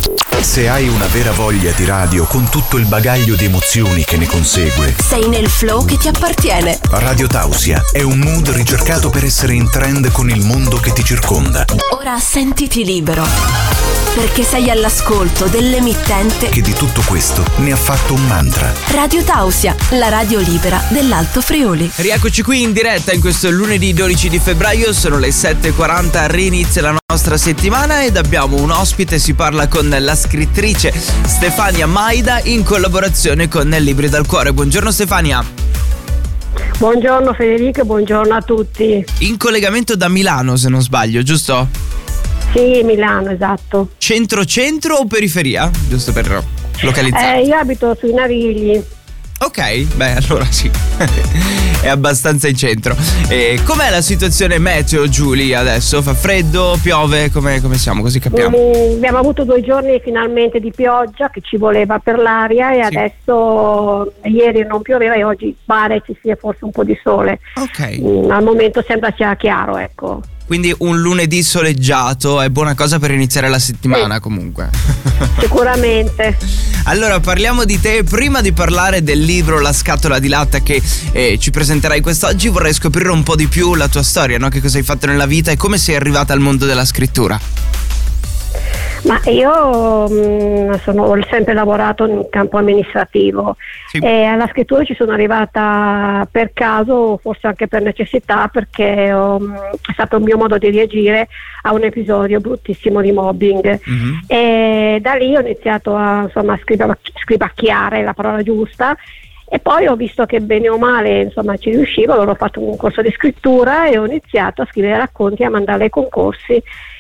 Se hai una vera voglia di radio con tutto il bagaglio di emozioni che ne consegue, sei nel flow che ti appartiene. Radio Tausia è un mood ricercato per essere in trend con il mondo che ti circonda. Ora sentiti libero, perché sei all'ascolto dell'emittente che di tutto questo ne ha fatto un mantra. Radio Tausia, la radio libera dell'Alto Friuli. Rieccoci qui in diretta in questo lunedì 12 di febbraio, sono le 7:40, rinizia la nostra settimana ed abbiamo un ospite, si parla con la scrittrice Stefania Maida in collaborazione con Libri dal Cuore. Buongiorno Stefania. Buongiorno Federico e buongiorno a tutti. In collegamento da Milano, se non sbaglio, giusto? Sì, Milano, esatto. Centro o periferia? Giusto per localizzare. Io abito sui Navigli. Ok, beh, allora sì, è abbastanza in centro. Com'è la situazione meteo giù lì adesso? Fa freddo, piove? Come siamo? Così capiamo. Abbiamo avuto 2 giorni finalmente di pioggia che ci voleva per l'aria e sì. Adesso ieri non pioveva e oggi pare ci sia forse un po' di sole. Ok. Al momento sembra sia chiaro, ecco. Quindi un lunedì soleggiato è buona cosa per iniziare la settimana, sì. Comunque. Sicuramente. Allora parliamo di te. Prima di parlare del libro La scatola di latta che ci presenterai quest'oggi, vorrei scoprire un po' di più la tua storia, no? Che cosa hai fatto nella vita e come sei arrivata al mondo della scrittura. Ma io ho sempre lavorato in campo amministrativo, sì. E alla scrittura ci sono arrivata per caso, forse anche per necessità, perché è stato il mio modo di reagire a un episodio bruttissimo di mobbing. Mm-hmm. E da lì ho iniziato a scribacchiare la parola giusta. E poi ho visto che bene o male ci riuscivo, allora ho fatto un corso di scrittura e ho iniziato a scrivere racconti e a mandarli ai concorsi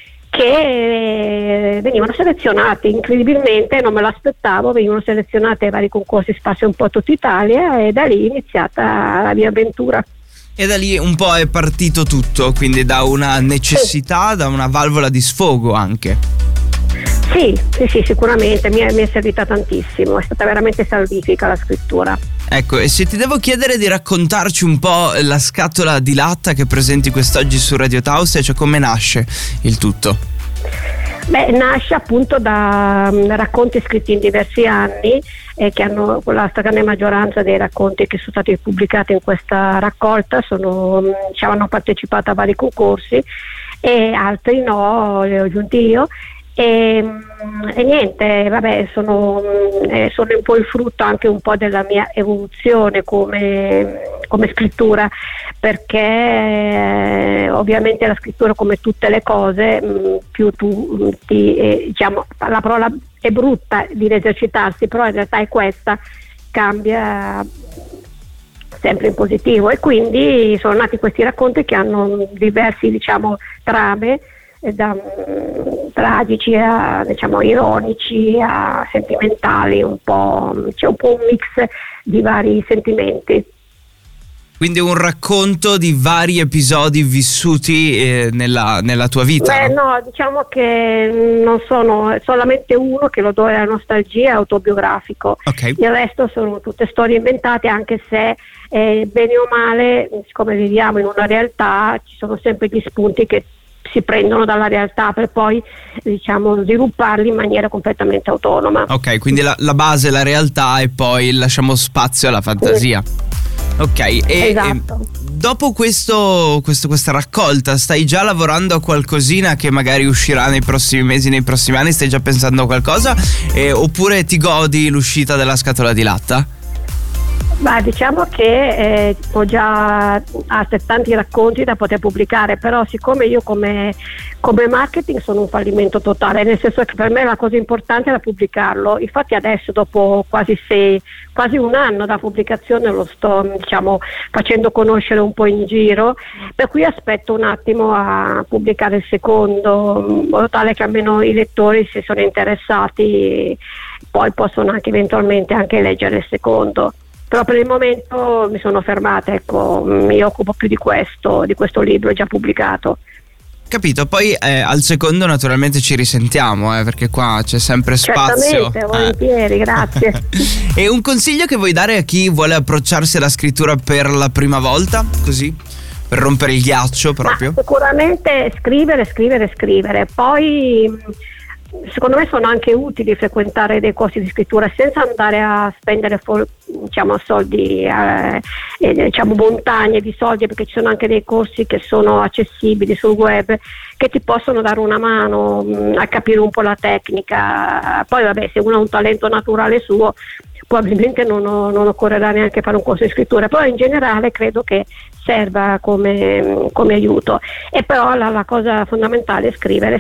che venivano selezionati, incredibilmente non me l'aspettavo, venivano selezionati ai vari concorsi spazio un po' tutta Italia e da lì è iniziata la mia avventura. E da lì un po' è partito tutto, quindi da una necessità, sì. Da una valvola di sfogo anche. Sì, sicuramente mi è servita tantissimo, è stata veramente salvifica la scrittura. Ecco, e se ti devo chiedere di raccontarci un po' la scatola di latta che presenti quest'oggi su Radio Tausia, cioè come nasce il tutto? Beh, nasce appunto da racconti scritti in diversi anni che hanno la stragrande maggioranza dei racconti che sono stati pubblicati in questa raccolta hanno partecipato a vari concorsi e altri no, li ho aggiunti io. E niente, vabbè, sono un po' il frutto anche un po' della mia evoluzione come scrittura, perché ovviamente la scrittura, come tutte le cose, più tu la parola è brutta di esercitarsi, però in realtà è questa, cambia sempre in positivo, e quindi sono nati questi racconti che hanno diversi trame, da tragici a ironici a sentimentali, c'è un po' un mix di vari sentimenti. Quindi un racconto di vari episodi vissuti nella tua vita? Beh, no, diciamo che non sono solamente uno, che l'odore della nostalgia è autobiografico. Okay. Il resto sono tutte storie inventate, anche se bene o male, siccome viviamo in una realtà, ci sono sempre gli spunti che si prendono dalla realtà per poi svilupparli in maniera completamente autonoma. Ok, quindi la base è la realtà e poi lasciamo spazio alla fantasia. Ok, esatto. E dopo questa raccolta stai già lavorando a qualcosina che magari uscirà nei prossimi mesi, nei prossimi anni? Stai già pensando a qualcosa? Oppure ti godi l'uscita della scatola di latta? Beh, diciamo che ho già tanti racconti da poter pubblicare, però siccome io come marketing sono un fallimento totale, nel senso che per me la cosa importante era pubblicarlo. Infatti adesso, dopo quasi un anno da pubblicazione, lo sto facendo conoscere un po' in giro, per cui aspetto un attimo a pubblicare il secondo, in modo tale che almeno i lettori, se sono interessati, poi possono anche eventualmente anche leggere il secondo. Però per il momento mi sono fermata, ecco, mi occupo più di questo libro già pubblicato. Capito, poi al secondo naturalmente ci risentiamo, perché qua c'è sempre spazio. Certamente, volentieri, grazie. E un consiglio che vuoi dare a chi vuole approcciarsi alla scrittura per la prima volta, così? Per rompere il ghiaccio proprio? Ma sicuramente scrivere, poi secondo me sono anche utili frequentare dei corsi di scrittura senza andare a spendere soldi, montagne di soldi, perché ci sono anche dei corsi che sono accessibili sul web che ti possono dare una mano a capire un po' la tecnica. Poi vabbè, se uno ha un talento naturale suo, probabilmente non occorrerà neanche fare un corso di scrittura, però in generale credo che serva come aiuto. E però la cosa fondamentale è scrivere.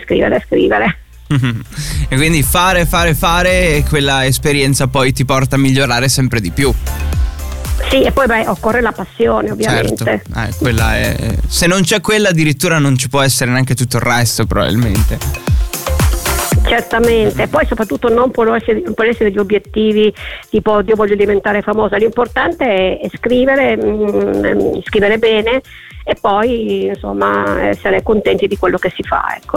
E quindi fare e quella esperienza poi ti porta a migliorare sempre di più. Sì, e poi occorre la passione, ovviamente. Certo, quella è... se non c'è quella, addirittura non ci può essere neanche tutto il resto, probabilmente. Certamente, poi soprattutto non porsi degli obiettivi tipo io voglio diventare famosa, l'importante è scrivere bene e poi insomma essere contenti di quello che si fa, ecco,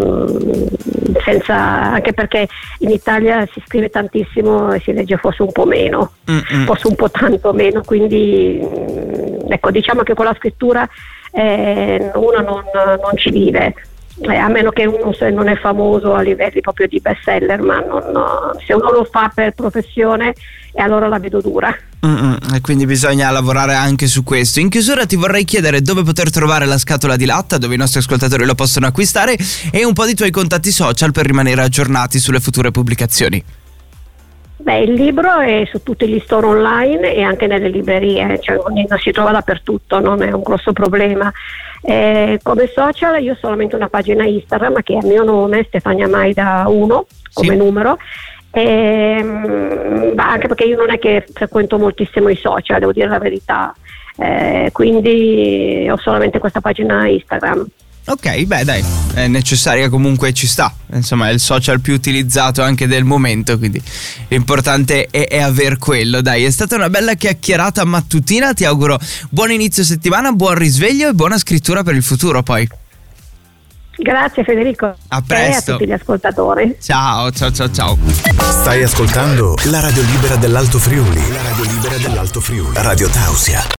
anche perché in Italia si scrive tantissimo e si legge forse un po' meno, forse un po' tanto meno, quindi ecco, diciamo che con la scrittura uno non ci vive. A meno che uno non è famoso a livelli proprio di best seller, ma se uno lo fa per professione, e allora la vedo dura. E quindi bisogna lavorare anche su questo. In chiusura ti vorrei chiedere dove poter trovare la scatola di latta, dove i nostri ascoltatori lo possono acquistare, e un po' di tuoi contatti social per rimanere aggiornati sulle future pubblicazioni. Il libro è su tutti gli store online e anche nelle librerie, cioè si trova dappertutto, non è un grosso problema. Come social io ho solamente una pagina Instagram che è a mio nome, Stefania Maida 1 come numero, anche perché io non è che frequento moltissimo i social, devo dire la verità, quindi ho solamente questa pagina Instagram. Ok, dai, è necessaria, comunque ci sta, insomma è il social più utilizzato anche del momento, quindi l'importante è aver quello. Dai, è stata una bella chiacchierata mattutina, ti auguro buon inizio settimana, buon risveglio e buona scrittura per il futuro poi. Grazie Federico. A presto. E a tutti gli ascoltatori. Ciao. Stai ascoltando la radio libera dell'Alto Friuli. Radio Tausia.